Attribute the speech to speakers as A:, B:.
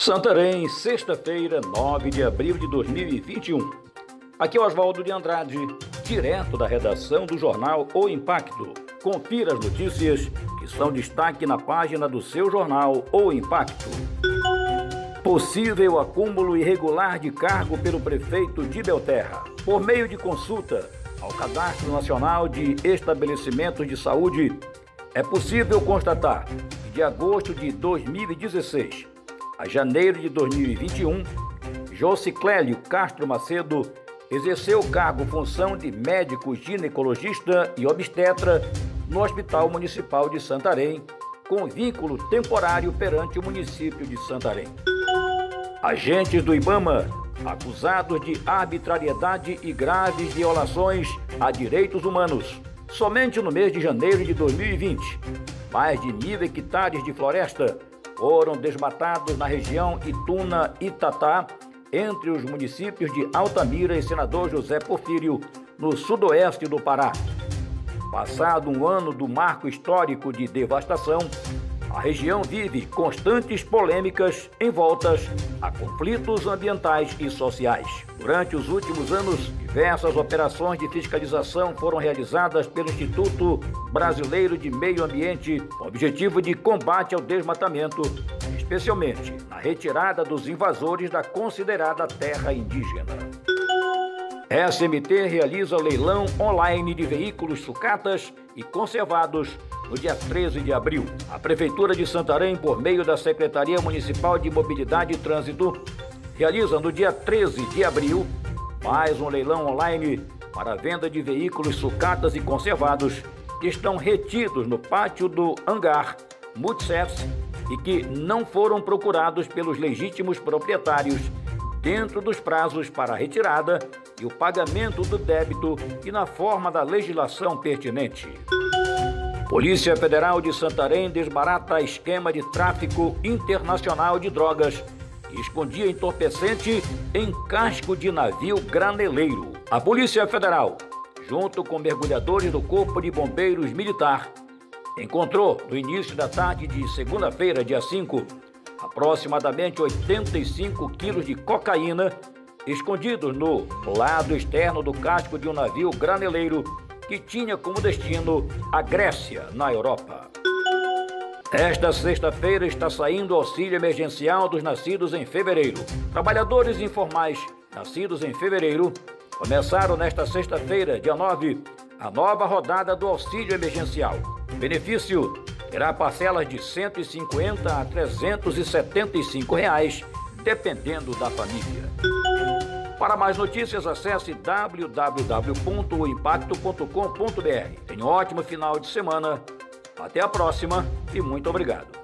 A: Santarém, sexta-feira, 9 de abril de 2021. Aqui é Oswaldo de Andrade, direto da redação do jornal O Impacto. Confira as notícias que são destaque na página do seu jornal O Impacto. Possível acúmulo irregular de cargo pelo prefeito de Belterra. Por meio de consulta ao Cadastro Nacional de Estabelecimentos de Saúde, é possível constatar que de agosto de 2016 a janeiro de 2021, Josiclélio Castro Macedo exerceu o cargo função de médico ginecologista e obstetra no Hospital Municipal de Santarém, com vínculo temporário perante o município de Santarém. Agentes do IBAMA, acusados de arbitrariedade e graves violações a direitos humanos. Somente no mês de janeiro de 2020, mais de 1.000 hectares de floresta foram desmatados na região Ituna-Itatá, entre os municípios de Altamira e Senador José Porfírio, no sudoeste do Pará. Passado um ano do marco histórico de devastação, a região vive constantes polêmicas envoltas a conflitos ambientais e sociais. Durante os últimos anos, diversas operações de fiscalização foram realizadas pelo Instituto Brasileiro de Meio Ambiente, com o objetivo de combate ao desmatamento, especialmente na retirada dos invasores da considerada terra indígena. SMT realiza leilão online de veículos sucatas e conservados no dia 13 de abril. A Prefeitura de Santarém, por meio da Secretaria Municipal de Mobilidade e Trânsito, realiza no dia 13 de abril mais um leilão online para a venda de veículos sucatas e conservados que estão retidos no pátio do hangar Multiservice e que não foram procurados pelos legítimos proprietários dentro dos prazos para a retirada e o pagamento do débito e na forma da legislação pertinente. Polícia Federal de Santarém desbarata esquema de tráfico internacional de drogas e escondia entorpecente em casco de navio graneleiro. A Polícia Federal, junto com mergulhadores do Corpo de Bombeiros Militar, encontrou no início da tarde de segunda-feira, dia 5, aproximadamente 85 quilos de cocaína escondidos no lado externo do casco de um navio graneleiro que tinha como destino a Grécia, na Europa. Esta sexta-feira está saindo o auxílio emergencial dos nascidos em fevereiro. Trabalhadores informais nascidos em fevereiro começaram nesta sexta-feira, dia 9, a nova rodada do auxílio emergencial. O benefício terá parcelas de R$ 150 a R$ 375, dependendo da família. Para mais notícias, acesse www.oimpacto.com.br. Tenha um ótimo final de semana. Até a próxima e muito obrigado.